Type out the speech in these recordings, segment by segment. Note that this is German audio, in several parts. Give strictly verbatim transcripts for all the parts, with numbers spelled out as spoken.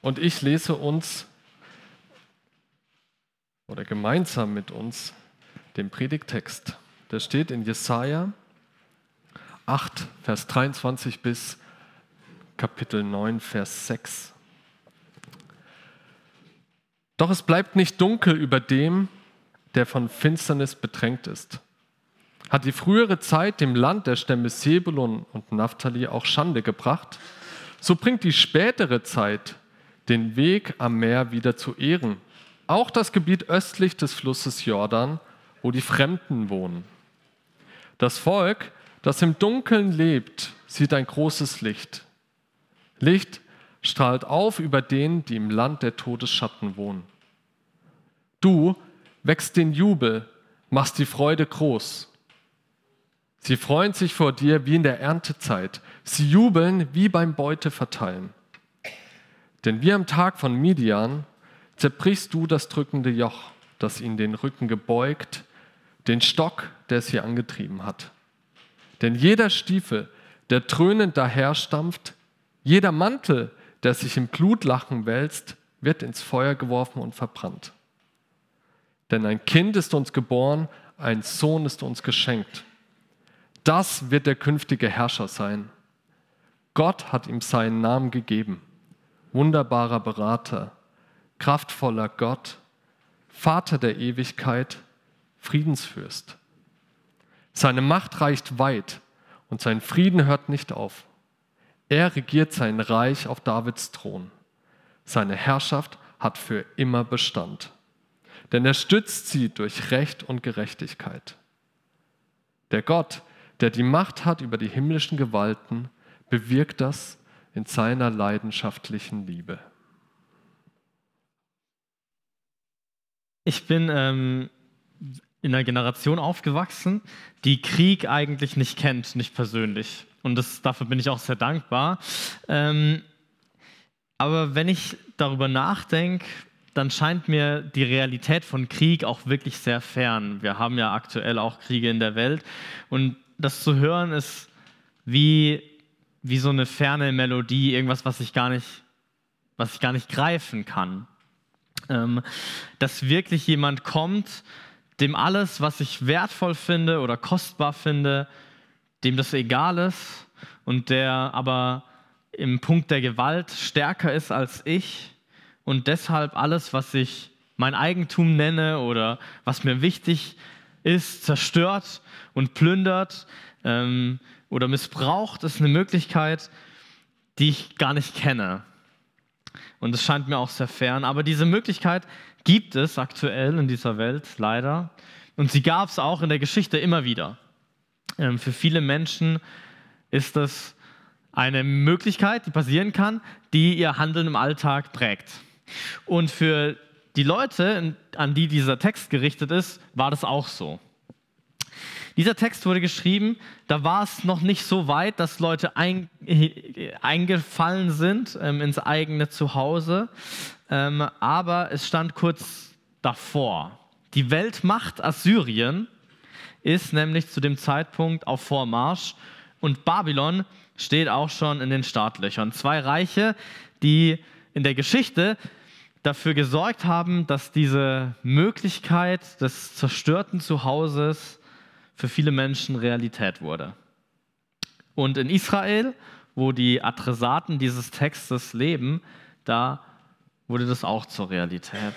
und ich lese uns oder gemeinsam mit uns den Predigttext. Der steht in Jesaja acht, Vers dreiundzwanzig bis Kapitel neun, Vers sechs. Doch es bleibt nicht dunkel über dem, der von Finsternis bedrängt ist. Hat die frühere Zeit dem Land der Stämme Sebulun und Naphtali auch Schande gebracht, so bringt die spätere Zeit den Weg am Meer wieder zu Ehren. Auch das Gebiet östlich des Flusses Jordan, wo die Fremden wohnen. Das Volk, das im Dunkeln lebt, sieht ein großes Licht. Licht strahlt auf über denen, die im Land der Todesschatten wohnen. Du wächst den Jubel, machst die Freude groß. Sie freuen sich vor dir wie in der Erntezeit. Sie jubeln wie beim Beuteverteilen. Denn wie am Tag von Midian zerbrichst du das drückende Joch, das ihnen den Rücken gebeugt, den Stock, der sie angetrieben hat. Denn jeder Stiefel, der dröhnend daherstampft, jeder Mantel, der sich im Glutlachen wälzt, wird ins Feuer geworfen und verbrannt. Denn ein Kind ist uns geboren, ein Sohn ist uns geschenkt. Das wird der künftige Herrscher sein. Gott hat ihm seinen Namen gegeben. Wunderbarer Berater, kraftvoller Gott, Vater der Ewigkeit, Friedensfürst. Seine Macht reicht weit und sein Frieden hört nicht auf. Er regiert sein Reich auf Davids Thron. Seine Herrschaft hat für immer Bestand. Denn er stützt sie durch Recht und Gerechtigkeit. Der Gott, der die Macht hat über die himmlischen Gewalten, bewirkt das in seiner leidenschaftlichen Liebe. Ich bin ähm, in einer Generation aufgewachsen, die Krieg eigentlich nicht kennt, nicht persönlich. Und das, dafür bin ich auch sehr dankbar. Ähm, aber wenn ich darüber nachdenke, dann scheint mir die Realität von Krieg auch wirklich sehr fern. Wir haben ja aktuell auch Kriege in der Welt. Und das zu hören ist wie, wie so eine ferne Melodie, irgendwas, was ich gar nicht, was ich gar nicht greifen kann. Ähm, dass wirklich jemand kommt, dem alles, was ich wertvoll finde oder kostbar finde, dem das egal ist und der aber im Punkt der Gewalt stärker ist als ich und deshalb alles, was ich mein Eigentum nenne oder was mir wichtig ist, zerstört und plündert ähm, oder missbraucht, ist eine Möglichkeit, die ich gar nicht kenne. Und es scheint mir auch sehr fern. Aber diese Möglichkeit gibt es aktuell in dieser Welt, leider. Und sie gab es auch in der Geschichte immer wieder. Ähm, für viele Menschen ist das eine Möglichkeit, die passieren kann, die ihr Handeln im Alltag prägt. Und für die Leute, an die dieser Text gerichtet ist, war das auch so. Dieser Text wurde geschrieben, da war es noch nicht so weit, dass Leute ein, eingefallen sind ähm, ins eigene Zuhause, ähm, aber es stand kurz davor. Die Weltmacht Assyrien ist nämlich zu dem Zeitpunkt auf Vormarsch und Babylon steht auch schon in den Startlöchern. Zwei Reiche, die in der Geschichte dafür gesorgt haben, dass diese Möglichkeit des zerstörten Zuhauses für viele Menschen Realität wurde. Und in Israel, wo die Adressaten dieses Textes leben, da wurde das auch zur Realität.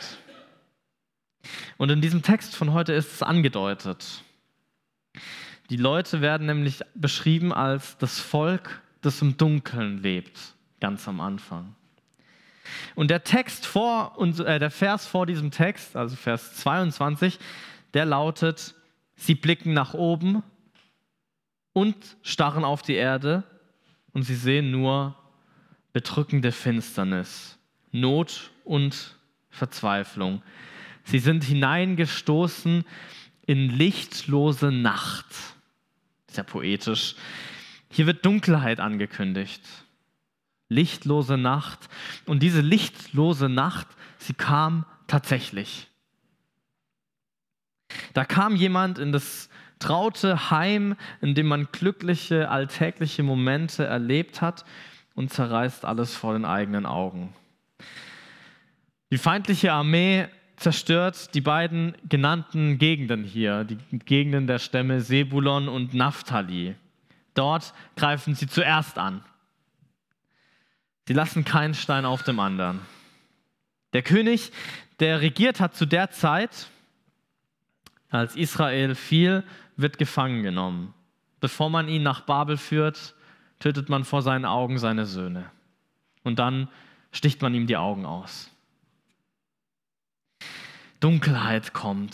Und in diesem Text von heute ist es angedeutet. Die Leute werden nämlich beschrieben als das Volk, das im Dunkeln lebt, ganz am Anfang. Und der Text vor und äh, der Vers vor diesem Text, also Vers zweiundzwanzig, der lautet: Sie blicken nach oben und starren auf die Erde und sie sehen nur bedrückende Finsternis, Not und Verzweiflung. Sie sind hineingestoßen in lichtlose Nacht. Sehr poetisch. Hier wird Dunkelheit angekündigt. Lichtlose Nacht. Und diese lichtlose Nacht, sie kam tatsächlich. Da kam jemand in das traute Heim, in dem man glückliche, alltägliche Momente erlebt hat und zerreißt alles vor den eigenen Augen. Die feindliche Armee zerstört die beiden genannten Gegenden hier, die Gegenden der Stämme Sebulon und Naphtali. Dort greifen sie zuerst an. Sie lassen keinen Stein auf dem anderen. Der König, der regiert hat zu der Zeit, als Israel fiel, wird gefangen genommen. Bevor man ihn nach Babel führt, tötet man vor seinen Augen seine Söhne. Und dann sticht man ihm die Augen aus. Dunkelheit kommt.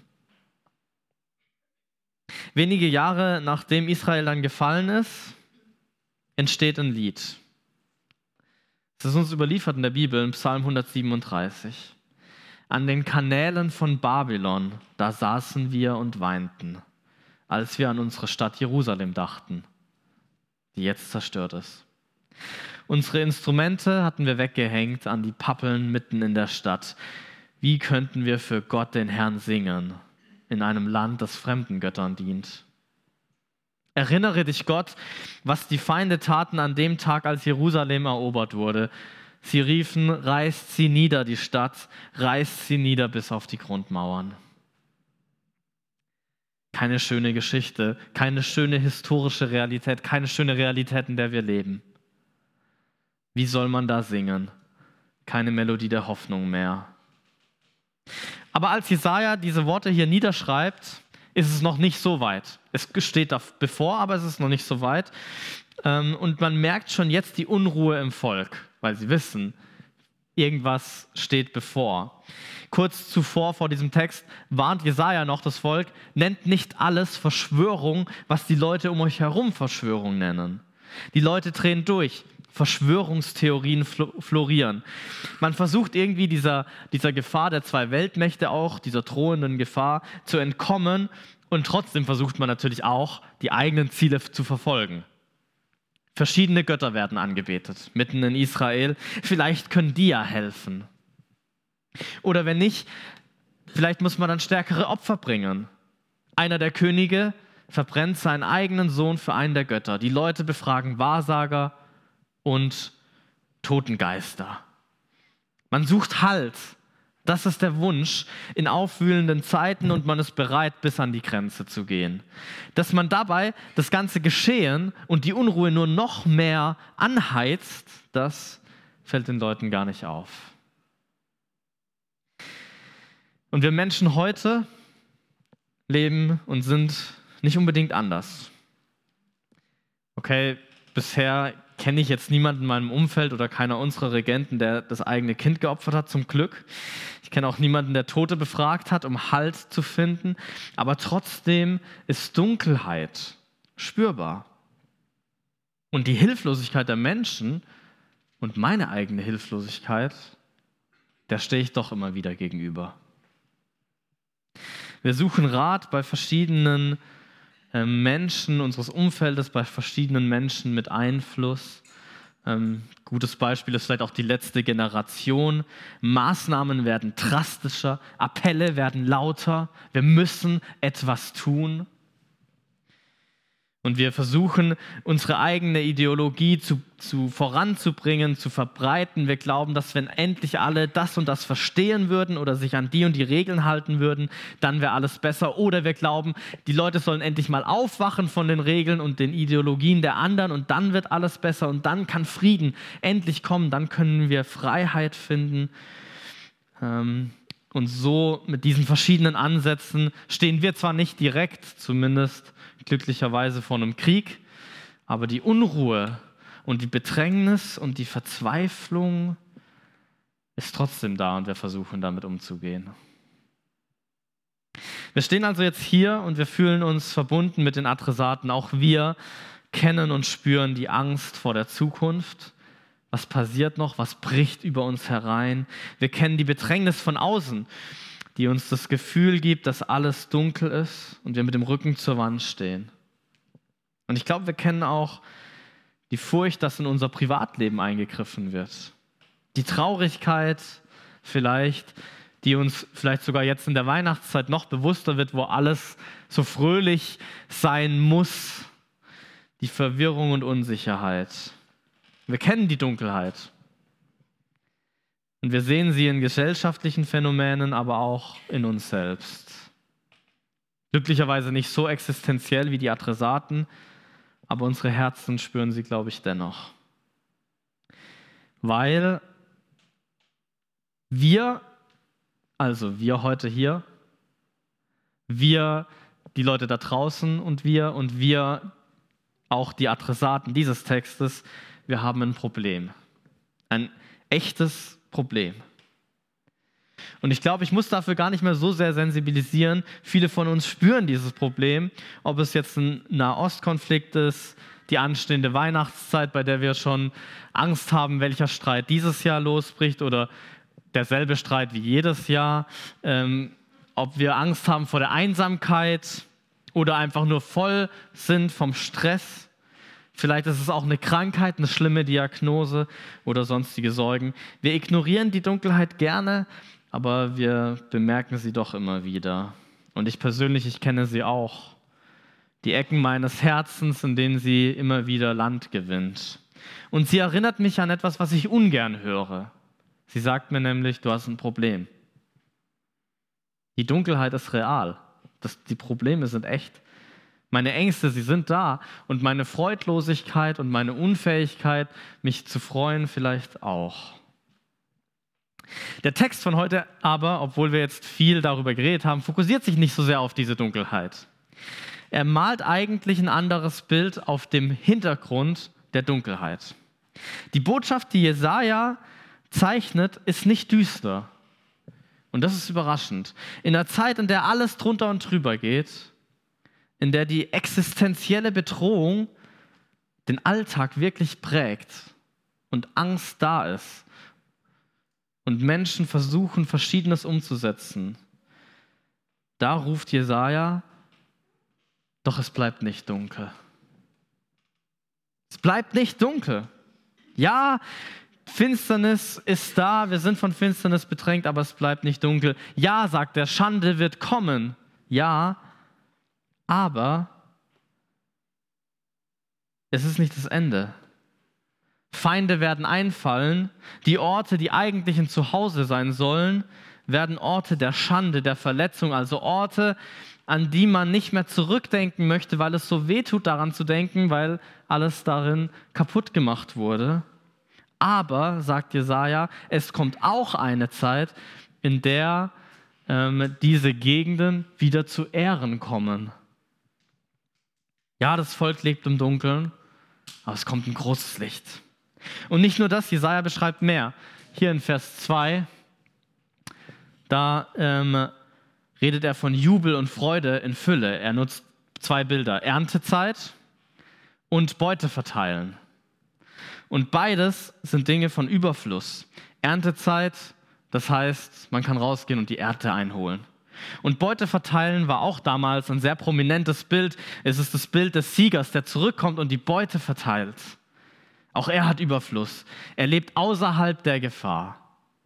Wenige Jahre nachdem Israel dann gefallen ist, entsteht ein Lied. Das ist uns überliefert in der Bibel, im Psalm hundertsiebenunddreißig. An den Kanälen von Babylon, da saßen wir und weinten, als wir an unsere Stadt Jerusalem dachten, die jetzt zerstört ist. Unsere Instrumente hatten wir weggehängt an die Pappeln mitten in der Stadt. Wie könnten wir für Gott, den Herrn, singen, in einem Land, das fremden Göttern dient? Erinnere dich, Gott, was die Feinde taten an dem Tag, als Jerusalem erobert wurde. Sie riefen, reißt sie nieder, die Stadt, reißt sie nieder bis auf die Grundmauern. Keine schöne Geschichte, keine schöne historische Realität, keine schöne Realität, in der wir leben. Wie soll man da singen? Keine Melodie der Hoffnung mehr. Aber als Jesaja diese Worte hier niederschreibt, ist es noch nicht so weit. Es steht da bevor, aber es ist noch nicht so weit. Und man merkt schon jetzt die Unruhe im Volk, weil sie wissen, irgendwas steht bevor. Kurz zuvor, vor diesem Text, warnt Jesaja noch das Volk, nennt nicht alles Verschwörung, was die Leute um euch herum Verschwörung nennen. Die Leute drehen durch. Verschwörungstheorien florieren. Man versucht irgendwie dieser, dieser Gefahr der zwei Weltmächte auch, dieser drohenden Gefahr zu entkommen, und trotzdem versucht man natürlich auch, die eigenen Ziele zu verfolgen. Verschiedene Götter werden angebetet, mitten in Israel. Vielleicht können die ja helfen. Oder wenn nicht, vielleicht muss man dann stärkere Opfer bringen. Einer der Könige verbrennt seinen eigenen Sohn für einen der Götter. Die Leute befragen Wahrsager und Totengeister. Man sucht Halt. Das ist der Wunsch in aufwühlenden Zeiten, und man ist bereit, bis an die Grenze zu gehen. Dass man dabei das ganze Geschehen und die Unruhe nur noch mehr anheizt, das fällt den Leuten gar nicht auf. Und wir Menschen heute leben und sind nicht unbedingt anders. Okay, bisher kenne ich jetzt niemanden in meinem Umfeld oder keiner unserer Regenten, der das eigene Kind geopfert hat, zum Glück. Ich kenne auch niemanden, der Tote befragt hat, um Halt zu finden. Aber trotzdem ist Dunkelheit spürbar. Und die Hilflosigkeit der Menschen und meine eigene Hilflosigkeit, der stehe ich doch immer wieder gegenüber. Wir suchen Rat bei verschiedenen Menschen unseres Umfeldes, bei verschiedenen Menschen mit Einfluss. Ähm, gutes Beispiel ist vielleicht auch die letzte Generation. Maßnahmen werden drastischer, Appelle werden lauter. Wir müssen etwas tun. Und wir versuchen, unsere eigene Ideologie zu, zu voranzubringen, zu verbreiten. Wir glauben, dass wenn endlich alle das und das verstehen würden oder sich an die und die Regeln halten würden, dann wäre alles besser. Oder wir glauben, die Leute sollen endlich mal aufwachen von den Regeln und den Ideologien der anderen, und dann wird alles besser und dann kann Frieden endlich kommen, dann können wir Freiheit finden. Und so mit diesen verschiedenen Ansätzen stehen wir zwar nicht direkt, zumindest glücklicherweise vor einem Krieg, aber die Unruhe und die Bedrängnis und die Verzweiflung ist trotzdem da, und wir versuchen damit umzugehen. Wir stehen also jetzt hier und wir fühlen uns verbunden mit den Adressaten. Auch wir kennen und spüren die Angst vor der Zukunft. Was passiert noch? Was bricht über uns herein? Wir kennen die Bedrängnis von außen, die uns das Gefühl gibt, dass alles dunkel ist und wir mit dem Rücken zur Wand stehen. Und ich glaube, wir kennen auch die Furcht, dass in unser Privatleben eingegriffen wird. Die Traurigkeit vielleicht, die uns vielleicht sogar jetzt in der Weihnachtszeit noch bewusster wird, wo alles so fröhlich sein muss. Die Verwirrung und Unsicherheit. Wir kennen die Dunkelheit. Und Und wir sehen sie in gesellschaftlichen Phänomenen, aber auch in uns selbst. Glücklicherweise nicht so existenziell wie die Adressaten, aber unsere Herzen spüren sie, glaube ich, dennoch. Weil wir, also wir heute hier, wir, die Leute da draußen und wir und wir, auch die Adressaten dieses Textes, wir haben ein Problem. Ein echtes Problem. Und ich glaube, ich muss dafür gar nicht mehr so sehr sensibilisieren. Viele von uns spüren dieses Problem, ob es jetzt ein Nahostkonflikt ist, die anstehende Weihnachtszeit, bei der wir schon Angst haben, welcher Streit dieses Jahr losbricht oder derselbe Streit wie jedes Jahr, ähm, ob wir Angst haben vor der Einsamkeit oder einfach nur voll sind vom Stress. Vielleicht ist es auch eine Krankheit, eine schlimme Diagnose oder sonstige Sorgen. Wir ignorieren die Dunkelheit gerne, aber wir bemerken sie doch immer wieder. Und ich persönlich, ich kenne sie auch. Die Ecken meines Herzens, in denen sie immer wieder Land gewinnt. Und sie erinnert mich an etwas, was ich ungern höre. Sie sagt mir nämlich, du hast ein Problem. Die Dunkelheit ist real. Das, die Probleme sind echt. Meine Ängste, sie sind da. Und meine Freudlosigkeit und meine Unfähigkeit, mich zu freuen, vielleicht auch. Der Text von heute aber, obwohl wir jetzt viel darüber geredet haben, fokussiert sich nicht so sehr auf diese Dunkelheit. Er malt eigentlich ein anderes Bild auf dem Hintergrund der Dunkelheit. Die Botschaft, die Jesaja zeichnet, ist nicht düster. Und das ist überraschend. In einer Zeit, in der alles drunter und drüber geht, in der die existenzielle Bedrohung den Alltag wirklich prägt und Angst da ist und Menschen versuchen, Verschiedenes umzusetzen, da ruft Jesaja, doch es bleibt nicht dunkel. Es bleibt nicht dunkel. Ja, Finsternis ist da, wir sind von Finsternis bedrängt, aber es bleibt nicht dunkel. Ja, sagt er, Schande wird kommen. Ja, aber es ist nicht das Ende. Feinde werden einfallen. Die Orte, die eigentlich ein Zuhause sein sollen, werden Orte der Schande, der Verletzung, also Orte, an die man nicht mehr zurückdenken möchte, weil es so weh tut, daran zu denken, weil alles darin kaputt gemacht wurde. Aber, sagt Jesaja, es kommt auch eine Zeit, in der ähm, diese Gegenden wieder zu Ehren kommen. Ja, das Volk lebt im Dunkeln, aber es kommt ein großes Licht. Und nicht nur das, Jesaja beschreibt mehr. Hier in Vers zwei, da ähm, redet er von Jubel und Freude in Fülle. Er nutzt zwei Bilder, Erntezeit und Beute verteilen. Und beides sind Dinge von Überfluss. Erntezeit, das heißt, man kann rausgehen und die Ernte einholen. Und Beute verteilen war auch damals ein sehr prominentes Bild. Es ist das Bild des Siegers, der zurückkommt und die Beute verteilt. Auch er hat Überfluss. Er lebt außerhalb der Gefahr.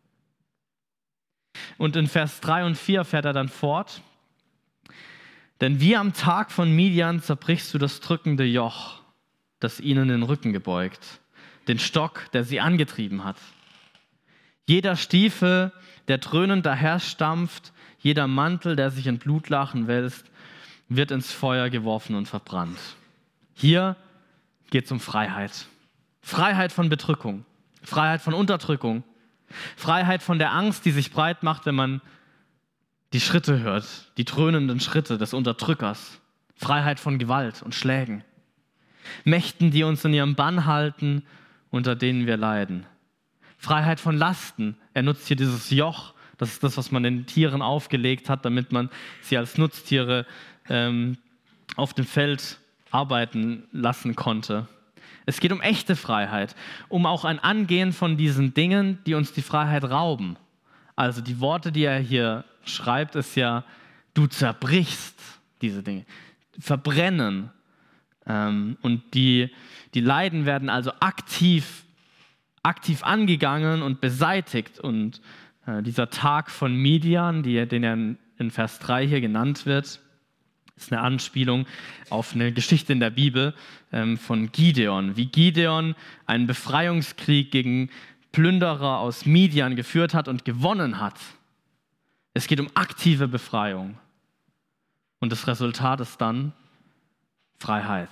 Und in Vers drei und vier fährt er dann fort. Denn wie am Tag von Midian zerbrichst du das drückende Joch, das ihnen den Rücken gebeugt, den Stock, der sie angetrieben hat. Jeder Stiefel, der dröhnend daherstampft, jeder Mantel, der sich in Blutlachen wälzt, wird ins Feuer geworfen und verbrannt. Hier geht es um Freiheit. Freiheit von Bedrückung, Freiheit von Unterdrückung, Freiheit von der Angst, die sich breit macht, wenn man die Schritte hört, die dröhnenden Schritte des Unterdrückers. Freiheit von Gewalt und Schlägen. Mächten, die uns in ihrem Bann halten, unter denen wir leiden. Freiheit von Lasten. Er nutzt hier dieses Joch. Das ist das, was man den Tieren aufgelegt hat, damit man sie als Nutztiere ähm, auf dem Feld arbeiten lassen konnte. Es geht um echte Freiheit, um auch ein Angehen von diesen Dingen, die uns die Freiheit rauben. Also die Worte, die er hier schreibt, ist ja, du zerbrichst diese Dinge, verbrennen. Ähm, und die, die Leiden werden also aktiv, aktiv angegangen und beseitigt. Und äh, dieser Tag von Midian, die, den er in, in Vers drei hier genannt wird, ist eine Anspielung auf eine Geschichte in der Bibel ähm, von Gideon. Wie Gideon einen Befreiungskrieg gegen Plünderer aus Midian geführt hat und gewonnen hat. Es geht um aktive Befreiung. Und das Resultat ist dann Freiheit.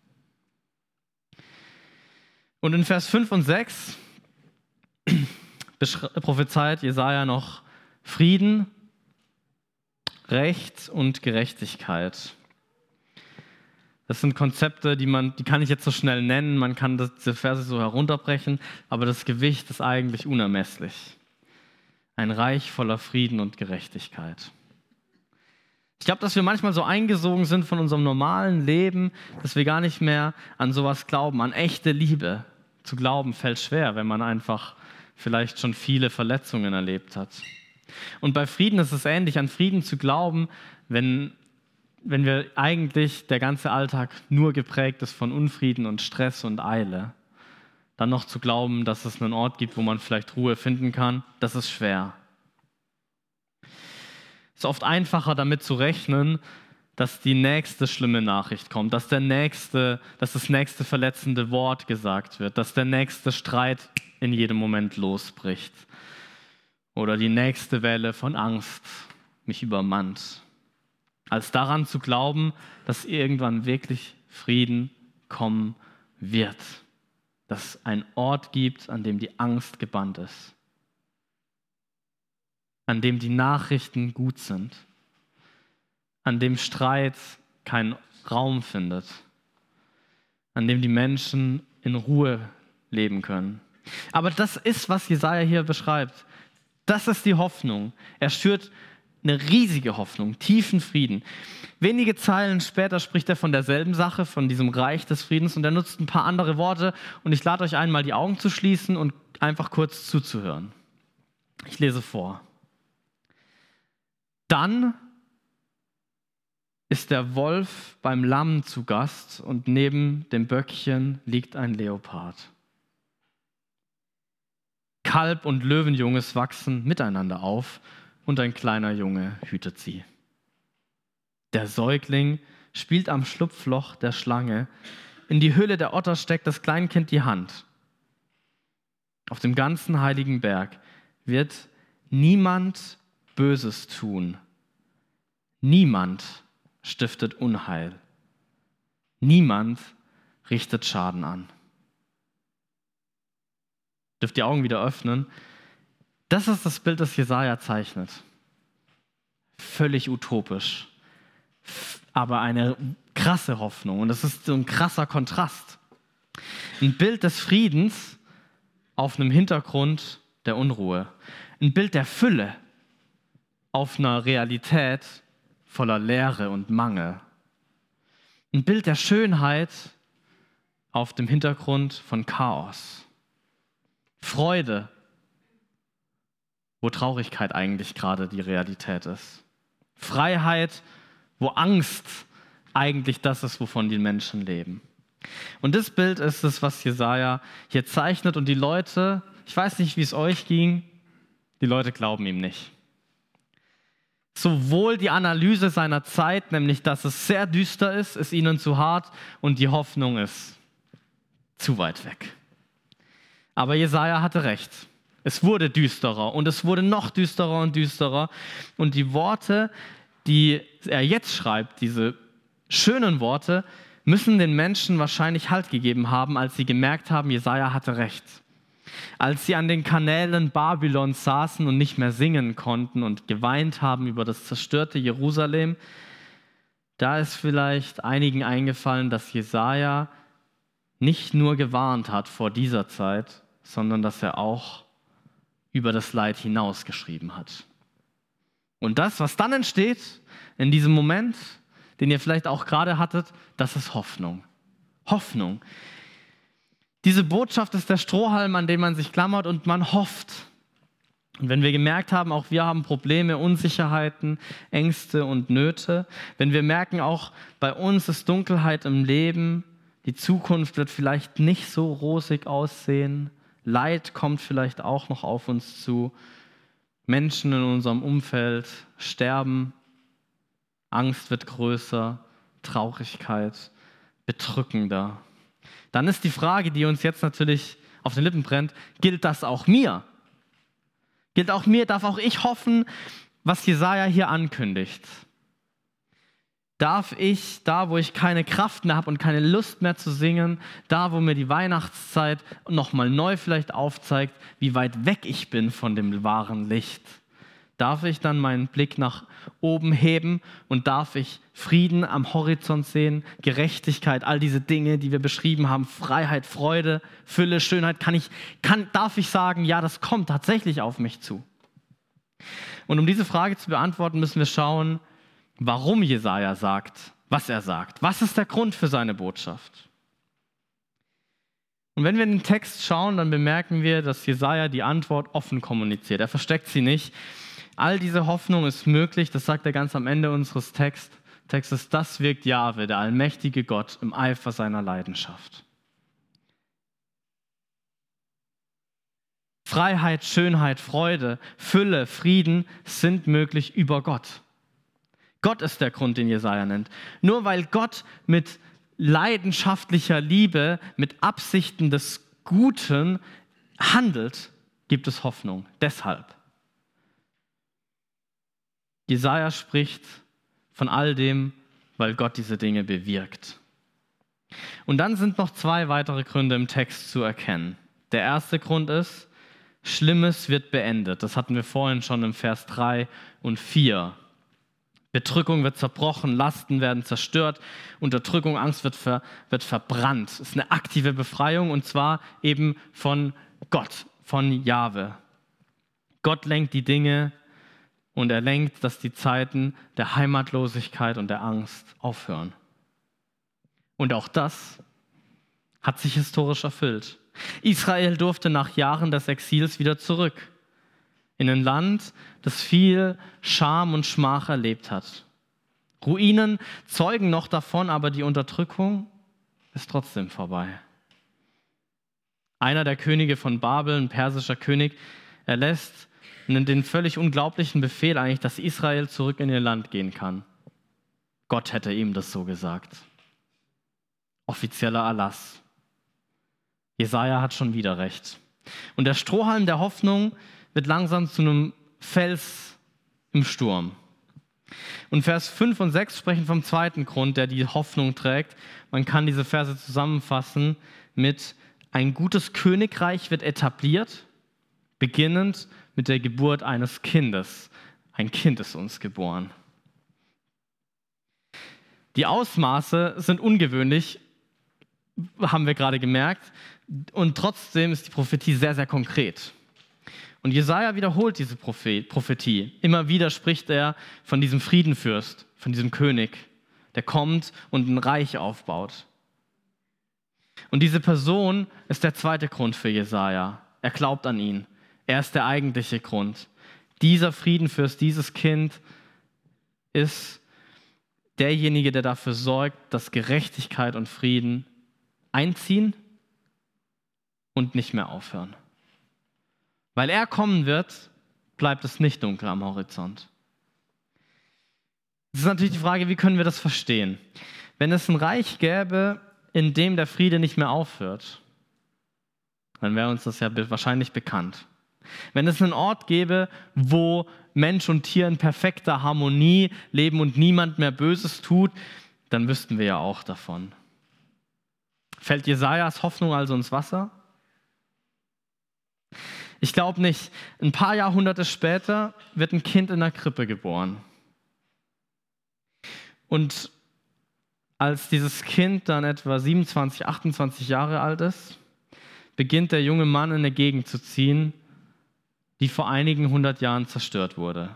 Und in Vers fünf und sechs prophezeit Jesaja noch Frieden, Recht und Gerechtigkeit. Das sind Konzepte, die man, die kann ich jetzt so schnell nennen, man kann das, diese Verse so herunterbrechen, aber das Gewicht ist eigentlich unermesslich. Ein Reich voller Frieden und Gerechtigkeit. Ich glaube, dass wir manchmal so eingesogen sind von unserem normalen Leben, dass wir gar nicht mehr an sowas glauben, an echte Liebe. Zu glauben fällt schwer, wenn man einfach vielleicht schon viele Verletzungen erlebt hat. Und bei Frieden ist es ähnlich, an Frieden zu glauben, wenn, wenn wir eigentlich der ganze Alltag nur geprägt ist von Unfrieden und Stress und Eile. Dann noch zu glauben, dass es einen Ort gibt, wo man vielleicht Ruhe finden kann, das ist schwer. Es ist oft einfacher, damit zu rechnen, dass die nächste schlimme Nachricht kommt, dass, der nächste, dass das nächste verletzende Wort gesagt wird, dass der nächste Streit in jedem Moment losbricht oder die nächste Welle von Angst mich übermannt, als daran zu glauben, dass irgendwann wirklich Frieden kommen wird, dass es einen Ort gibt, an dem die Angst gebannt ist, an dem die Nachrichten gut sind, an dem Streit keinen Raum findet, an dem die Menschen in Ruhe leben können. Aber das ist, was Jesaja hier beschreibt. Das ist die Hoffnung. Er schürt eine riesige Hoffnung, tiefen Frieden. Wenige Zeilen später spricht er von derselben Sache, von diesem Reich des Friedens, und er nutzt ein paar andere Worte. Und ich lade euch ein, mal die Augen zu schließen und einfach kurz zuzuhören. Ich lese vor. Dann ist der Wolf beim Lamm zu Gast und neben dem Böckchen liegt ein Leopard. Kalb und Löwenjunges wachsen miteinander auf und ein kleiner Junge hütet sie. Der Säugling spielt am Schlupfloch der Schlange, in die Höhle der Otter steckt das Kleinkind die Hand. Auf dem ganzen heiligen Berg wird niemand Böses tun. Niemand stiftet Unheil. Niemand richtet Schaden an. Dürft die Augen wieder öffnen. Das ist das Bild, das Jesaja zeichnet. Völlig utopisch, aber eine krasse Hoffnung. Und das ist so ein krasser Kontrast. Ein Bild des Friedens auf einem Hintergrund der Unruhe. Ein Bild der Fülle auf einer Realität voller Leere und Mangel. Ein Bild der Schönheit auf dem Hintergrund von Chaos. Freude, wo Traurigkeit eigentlich gerade die Realität ist. Freiheit, wo Angst eigentlich das ist, wovon die Menschen leben. Und das Bild ist es, was Jesaja hier zeichnet. Und die Leute, ich weiß nicht, wie es euch ging, die Leute glauben ihm nicht. Sowohl die Analyse seiner Zeit, nämlich dass es sehr düster ist, ist ihnen zu hart, und die Hoffnung ist zu weit weg. Aber Jesaja hatte recht. Es wurde düsterer und es wurde noch düsterer und düsterer. Und die Worte, die er jetzt schreibt, diese schönen Worte, müssen den Menschen wahrscheinlich Halt gegeben haben, als sie gemerkt haben, Jesaja hatte recht. Als sie an den Kanälen Babylons saßen und nicht mehr singen konnten und geweint haben über das zerstörte Jerusalem, da ist vielleicht einigen eingefallen, dass Jesaja nicht nur gewarnt hat vor dieser Zeit, sondern dass er auch über das Leid hinaus geschrieben hat. Und das, was dann entsteht, in diesem Moment, den ihr vielleicht auch gerade hattet, das ist Hoffnung. Hoffnung. Diese Botschaft ist der Strohhalm, an den man sich klammert und man hofft. Und wenn wir gemerkt haben, auch wir haben Probleme, Unsicherheiten, Ängste und Nöte, wenn wir merken, auch bei uns ist Dunkelheit im Leben, die Zukunft wird vielleicht nicht so rosig aussehen, Leid kommt vielleicht auch noch auf uns zu, Menschen in unserem Umfeld sterben, Angst wird größer, Traurigkeit bedrückender. Dann ist die Frage, die uns jetzt natürlich auf den Lippen brennt, gilt das auch mir. Gilt auch mir, darf auch ich hoffen, was Jesaja hier ankündigt. Darf ich, da wo ich keine Kraft mehr habe und keine Lust mehr zu singen, da wo mir die Weihnachtszeit nochmal neu vielleicht aufzeigt, wie weit weg ich bin von dem wahren Licht, darf ich dann meinen Blick nach oben heben und darf ich Frieden am Horizont sehen, Gerechtigkeit, all diese Dinge, die wir beschrieben haben, Freiheit, Freude, Fülle, Schönheit, kann ich, kann, darf ich sagen, ja, das kommt tatsächlich auf mich zu. Und um diese Frage zu beantworten, müssen wir schauen, warum Jesaja sagt, was er sagt. Was ist der Grund für seine Botschaft? Und wenn wir in den Text schauen, dann bemerken wir, dass Jesaja die Antwort offen kommuniziert. Er versteckt sie nicht. All diese Hoffnung ist möglich, das sagt er ganz am Ende unseres Text, Textes, das wirkt Jahwe, der allmächtige Gott, im Eifer seiner Leidenschaft. Freiheit, Schönheit, Freude, Fülle, Frieden sind möglich über Gott. Gott ist der Grund, den Jesaja nennt. Nur weil Gott mit leidenschaftlicher Liebe, mit Absichten des Guten handelt, gibt es Hoffnung. Deshalb. Jesaja spricht von all dem, weil Gott diese Dinge bewirkt. Und dann sind noch zwei weitere Gründe im Text zu erkennen. Der erste Grund ist, Schlimmes wird beendet. Das hatten wir vorhin schon im Vers drei und vier. Bedrückung wird zerbrochen, Lasten werden zerstört, Unterdrückung, Angst wird, ver, wird verbrannt. Es ist eine aktive Befreiung und zwar eben von Gott, von Jahwe. Gott lenkt die Dinge und er lenkt, dass die Zeiten der Heimatlosigkeit und der Angst aufhören. Und auch das hat sich historisch erfüllt. Israel durfte nach Jahren des Exils wieder zurück in ein Land, das viel Scham und Schmach erlebt hat. Ruinen zeugen noch davon, aber die Unterdrückung ist trotzdem vorbei. Einer der Könige von Babel, ein persischer König, erlässt den völlig unglaublichen Befehl eigentlich, dass Israel zurück in ihr Land gehen kann. Gott hätte ihm das so gesagt. Offizieller Erlass. Jesaja hat schon wieder recht. Und der Strohhalm der Hoffnung wird langsam zu einem Fels im Sturm. Und Vers fünf und sechs sprechen vom zweiten Grund, der die Hoffnung trägt. Man kann diese Verse zusammenfassen mit: Ein gutes Königreich wird etabliert, beginnend mit der Geburt eines Kindes. Ein Kind ist uns geboren. Die Ausmaße sind ungewöhnlich, haben wir gerade gemerkt, und trotzdem ist die Prophetie sehr, sehr konkret. Und Jesaja wiederholt diese Prophetie. Immer wieder spricht er von diesem Friedenfürst, von diesem König, der kommt und ein Reich aufbaut. Und diese Person ist der zweite Grund für Jesaja. Er glaubt an ihn. Er ist der eigentliche Grund. Dieser Friedenfürst, dieses Kind ist derjenige, der dafür sorgt, dass Gerechtigkeit und Frieden einziehen und nicht mehr aufhören. Weil er kommen wird, bleibt es nicht dunkel am Horizont. Es ist natürlich die Frage, wie können wir das verstehen? Wenn es ein Reich gäbe, in dem der Friede nicht mehr aufhört, dann wäre uns das ja wahrscheinlich bekannt. Wenn es einen Ort gäbe, wo Mensch und Tier in perfekter Harmonie leben und niemand mehr Böses tut, dann wüssten wir ja auch davon. Fällt Jesajas Hoffnung also ins Wasser? Ich glaube nicht. Ein paar Jahrhunderte später wird ein Kind in der Krippe geboren. Und als dieses Kind dann etwa siebenundzwanzig, achtundzwanzig Jahre alt ist, beginnt der junge Mann in eine Gegend zu ziehen, die vor einigen hundert Jahren zerstört wurde.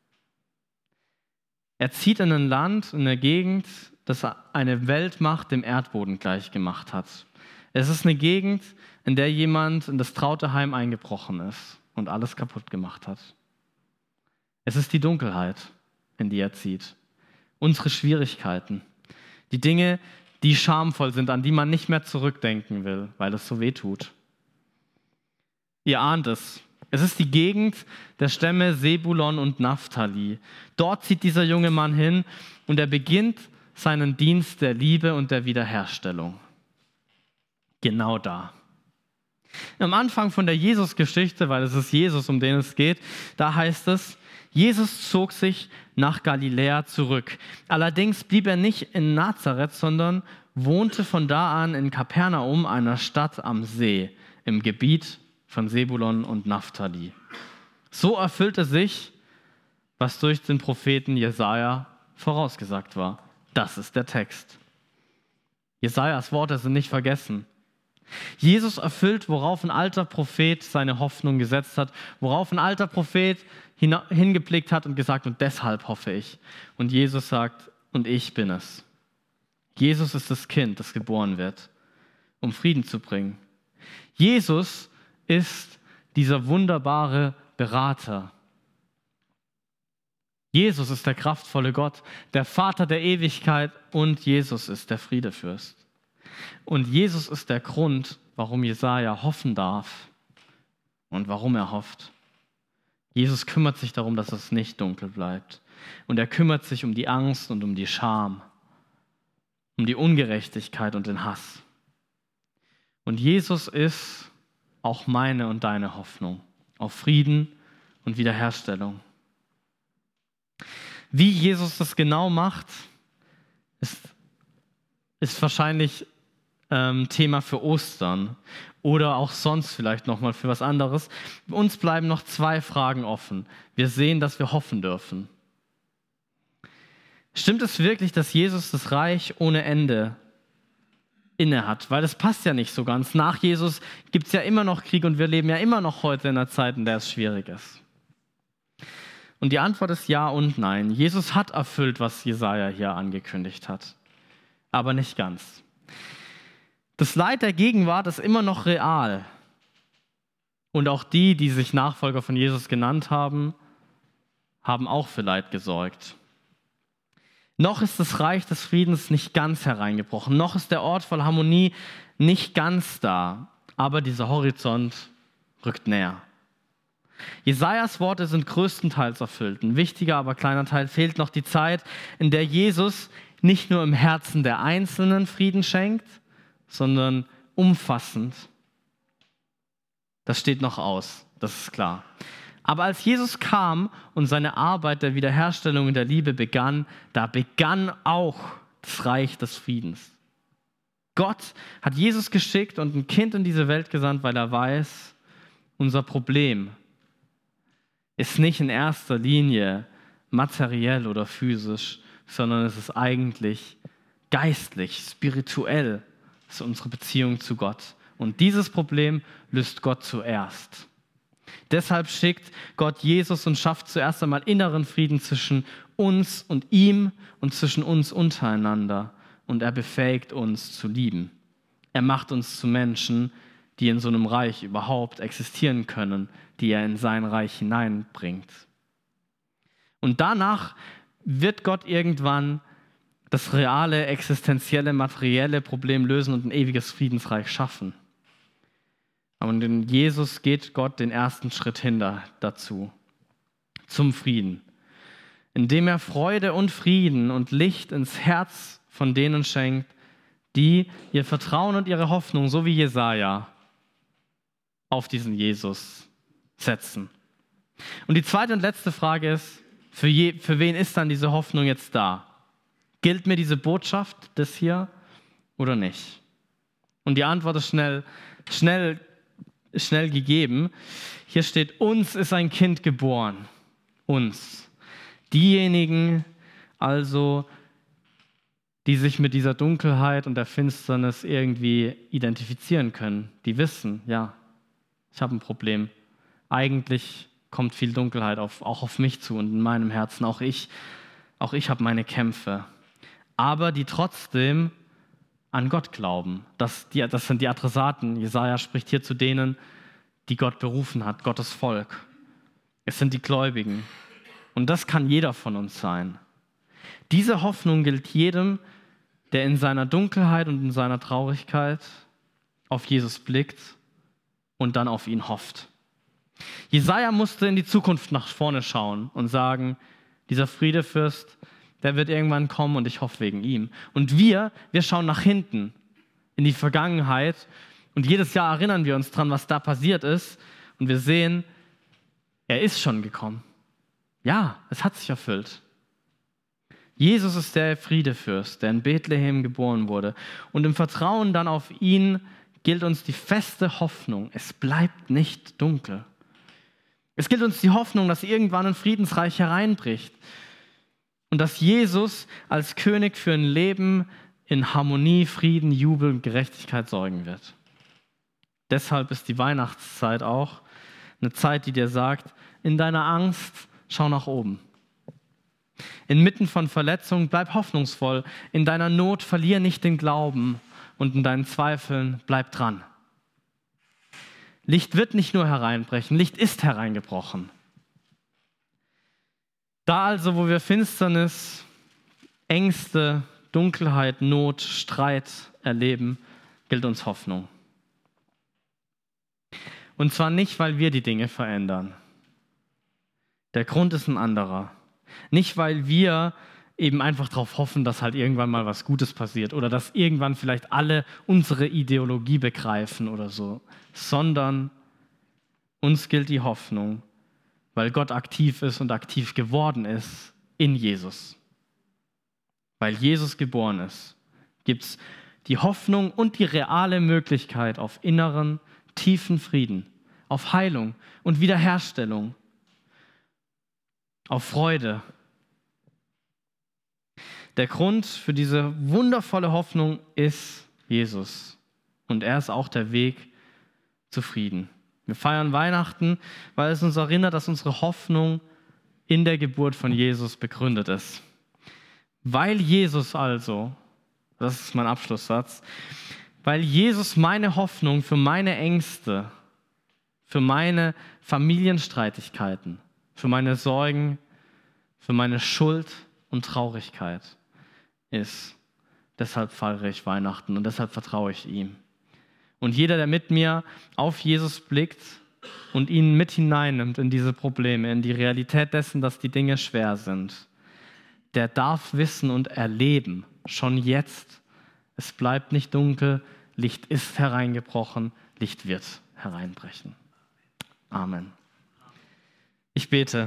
Er zieht in ein Land, in eine Gegend, das eine Weltmacht dem Erdboden gleichgemacht hat. Es ist eine Gegend, in der jemand in das traute Heim eingebrochen ist und alles kaputt gemacht hat. Es ist die Dunkelheit, in die er zieht. Unsere Schwierigkeiten. Die Dinge, die schamvoll sind, an die man nicht mehr zurückdenken will, weil es so weh tut. Ihr ahnt es. Es ist die Gegend der Stämme Sebulon und Naphtali. Dort zieht dieser junge Mann hin und er beginnt seinen Dienst der Liebe und der Wiederherstellung. Genau da. Am Anfang von der Jesus-Geschichte, weil es ist Jesus, um den es geht, da heißt es, Jesus zog sich nach Galiläa zurück. Allerdings blieb er nicht in Nazareth, sondern wohnte von da an in Kapernaum, einer Stadt am See, im Gebiet von Sebulon und Naphtali. So erfüllte sich, was durch den Propheten Jesaja vorausgesagt war. Das ist der Text. Jesajas Worte sind nicht vergessen. Jesus erfüllt, worauf ein alter Prophet seine Hoffnung gesetzt hat, worauf ein alter Prophet hingeblickt hat und gesagt, und deshalb hoffe ich. Und Jesus sagt, und ich bin es. Jesus ist das Kind, das geboren wird, um Frieden zu bringen. Jesus ist dieser wunderbare Berater. Jesus ist der kraftvolle Gott, der Vater der Ewigkeit, und Jesus ist der Friedefürst. Und Jesus ist der Grund, warum Jesaja hoffen darf und warum er hofft. Jesus kümmert sich darum, dass es nicht dunkel bleibt. Und er kümmert sich um die Angst und um die Scham, um die Ungerechtigkeit und den Hass. Und Jesus ist auch meine und deine Hoffnung auf Frieden und Wiederherstellung. Wie Jesus das genau macht, ist, ist wahrscheinlich ähm, Thema für Ostern oder auch sonst vielleicht nochmal für was anderes. Uns bleiben noch zwei Fragen offen. Wir sehen, dass wir hoffen dürfen. Stimmt es wirklich, dass Jesus das Reich ohne Ende inne hat? Weil das passt ja nicht so ganz. Nach Jesus gibt es ja immer noch Krieg und wir leben ja immer noch heute in einer Zeit, in der es schwierig ist. Und die Antwort ist ja und nein. Jesus hat erfüllt, was Jesaja hier angekündigt hat, aber nicht ganz. Das Leid der Gegenwart ist immer noch real. Und auch die, die sich Nachfolger von Jesus genannt haben, haben auch für Leid gesorgt. Noch ist das Reich des Friedens nicht ganz hereingebrochen. Noch ist der Ort voll Harmonie nicht ganz da. Aber dieser Horizont rückt näher. Jesajas Worte sind größtenteils erfüllt. Ein wichtiger, aber kleiner Teil fehlt noch die Zeit, in der Jesus nicht nur im Herzen der Einzelnen Frieden schenkt, sondern umfassend. Das steht noch aus, das ist klar. Aber als Jesus kam und seine Arbeit der Wiederherstellung und der Liebe begann, da begann auch das Reich des Friedens. Gott hat Jesus geschickt und ein Kind in diese Welt gesandt, weil er weiß, unser Problem ist nicht in erster Linie materiell oder physisch, sondern es ist eigentlich geistlich, spirituell, das ist unsere Beziehung zu Gott. Und dieses Problem löst Gott zuerst. Deshalb schickt Gott Jesus und schafft zuerst einmal inneren Frieden zwischen uns und ihm und zwischen uns untereinander. Und er befähigt uns zu lieben. Er macht uns zu Menschen, die in so einem Reich überhaupt existieren können, die er in sein Reich hineinbringt. Und danach wird Gott irgendwann das reale, existenzielle, materielle Problem lösen und ein ewiges Friedensreich schaffen. Aber in Jesus geht Gott den ersten Schritt hin dazu, zum Frieden, indem er Freude und Frieden und Licht ins Herz von denen schenkt, die ihr Vertrauen und ihre Hoffnung, so wie Jesaja, auf diesen Jesus setzen. Und die zweite und letzte Frage ist, für, je, für wen ist dann diese Hoffnung jetzt da? Gilt mir diese Botschaft das hier oder nicht? Und die Antwort ist schnell, schnell, schnell gegeben. Hier steht, uns ist ein Kind geboren. Uns. Diejenigen also, die sich mit dieser Dunkelheit und der Finsternis irgendwie identifizieren können, die wissen, ja, ich habe ein Problem. Eigentlich kommt viel Dunkelheit auf, auch auf mich zu und in meinem Herzen. Auch ich, auch ich habe meine Kämpfe. Aber die trotzdem an Gott glauben. Das, die, das sind die Adressaten. Jesaja spricht hier zu denen, die Gott berufen hat, Gottes Volk. Es sind die Gläubigen. Und das kann jeder von uns sein. Diese Hoffnung gilt jedem, der in seiner Dunkelheit und in seiner Traurigkeit auf Jesus blickt und dann auf ihn hofft. Jesaja musste in die Zukunft nach vorne schauen und sagen, dieser Friedefürst, der wird irgendwann kommen und ich hoffe wegen ihm. Und wir, wir schauen nach hinten in die Vergangenheit Und jedes Jahr erinnern wir uns dran, was da passiert ist. Und wir sehen, er ist schon gekommen. Ja, es hat sich erfüllt. Jesus ist der Friedefürst, der in Bethlehem geboren wurde. Und im Vertrauen dann auf ihn gilt uns die feste Hoffnung, es bleibt nicht dunkel. Es gilt uns die Hoffnung, dass irgendwann ein Friedensreich hereinbricht und dass Jesus als König für ein Leben in Harmonie, Frieden, Jubel und Gerechtigkeit sorgen wird. Deshalb ist die Weihnachtszeit auch eine Zeit, die dir sagt, in deiner Angst schau nach oben. Inmitten von Verletzungen bleib hoffnungsvoll. In deiner Not verlier nicht den Glauben und in deinen Zweifeln bleib dran. Licht wird nicht nur hereinbrechen, Licht ist hereingebrochen. Da also, wo wir Finsternis, Ängste, Dunkelheit, Not, Streit erleben, gilt uns Hoffnung. Und zwar nicht, weil wir die Dinge verändern. Der Grund ist ein anderer. Nicht, weil wir eben einfach darauf hoffen, dass halt irgendwann mal was Gutes passiert oder dass irgendwann vielleicht alle unsere Ideologie begreifen oder so, sondern uns gilt die Hoffnung, weil Gott aktiv ist und aktiv geworden ist in Jesus. Weil Jesus geboren ist, gibt es die Hoffnung und die reale Möglichkeit auf inneren, tiefen Frieden, auf Heilung und Wiederherstellung, auf Freude. Der Grund für diese wundervolle Hoffnung ist Jesus. Und er ist auch der Weg zu Frieden. Wir feiern Weihnachten, weil es uns erinnert, dass unsere Hoffnung in der Geburt von Jesus begründet ist. Weil Jesus also, das ist mein Abschlusssatz, weil Jesus meine Hoffnung für meine Ängste, für meine Familienstreitigkeiten, für meine Sorgen, für meine Schuld und Traurigkeit ist. Deshalb feiere ich Weihnachten und deshalb vertraue ich ihm. Und jeder, der mit mir auf Jesus blickt und ihn mit hineinnimmt in diese Probleme, in die Realität dessen, dass die Dinge schwer sind, der darf wissen und erleben, schon jetzt, es bleibt nicht dunkel, Licht ist hereingebrochen, Licht wird hereinbrechen. Amen. Ich bete.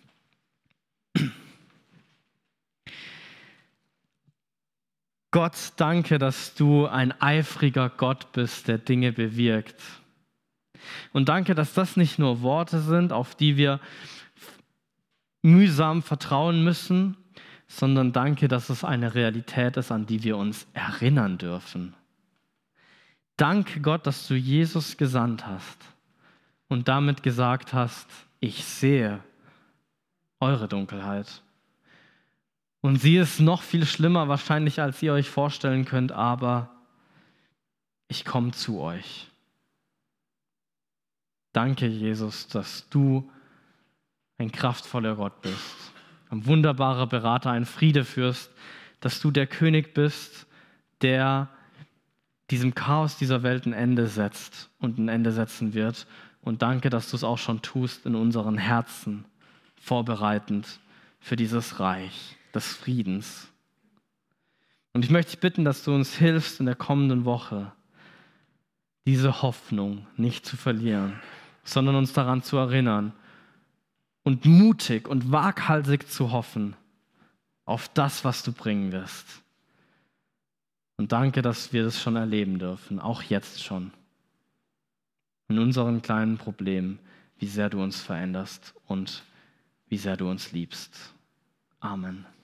Gott, danke, dass du ein eifriger Gott bist, der Dinge bewirkt. Und danke, dass das nicht nur Worte sind, auf die wir mühsam vertrauen müssen, sondern danke, dass es eine Realität ist, an die wir uns erinnern dürfen. Danke Gott, dass du Jesus gesandt hast und damit gesagt hast, ich sehe eure Dunkelheit. Und sie ist noch viel schlimmer wahrscheinlich, als ihr euch vorstellen könnt, aber ich komme zu euch. Danke, Jesus, dass du ein kraftvoller Gott bist, ein wunderbarer Berater, ein Friedefürst, dass du der König bist, der diesem Chaos dieser Welt ein Ende setzt und ein Ende setzen wird. Und danke, dass du es auch schon tust in unseren Herzen, vorbereitend für dieses Reich des Friedens. Und ich möchte dich bitten, dass du uns hilfst in der kommenden Woche, diese Hoffnung nicht zu verlieren, sondern uns daran zu erinnern und mutig und waghalsig zu hoffen auf das, was du bringen wirst. Und danke, dass wir das schon erleben dürfen, auch jetzt schon, in unseren kleinen Problemen, wie sehr du uns veränderst und wie sehr du uns liebst. Amen.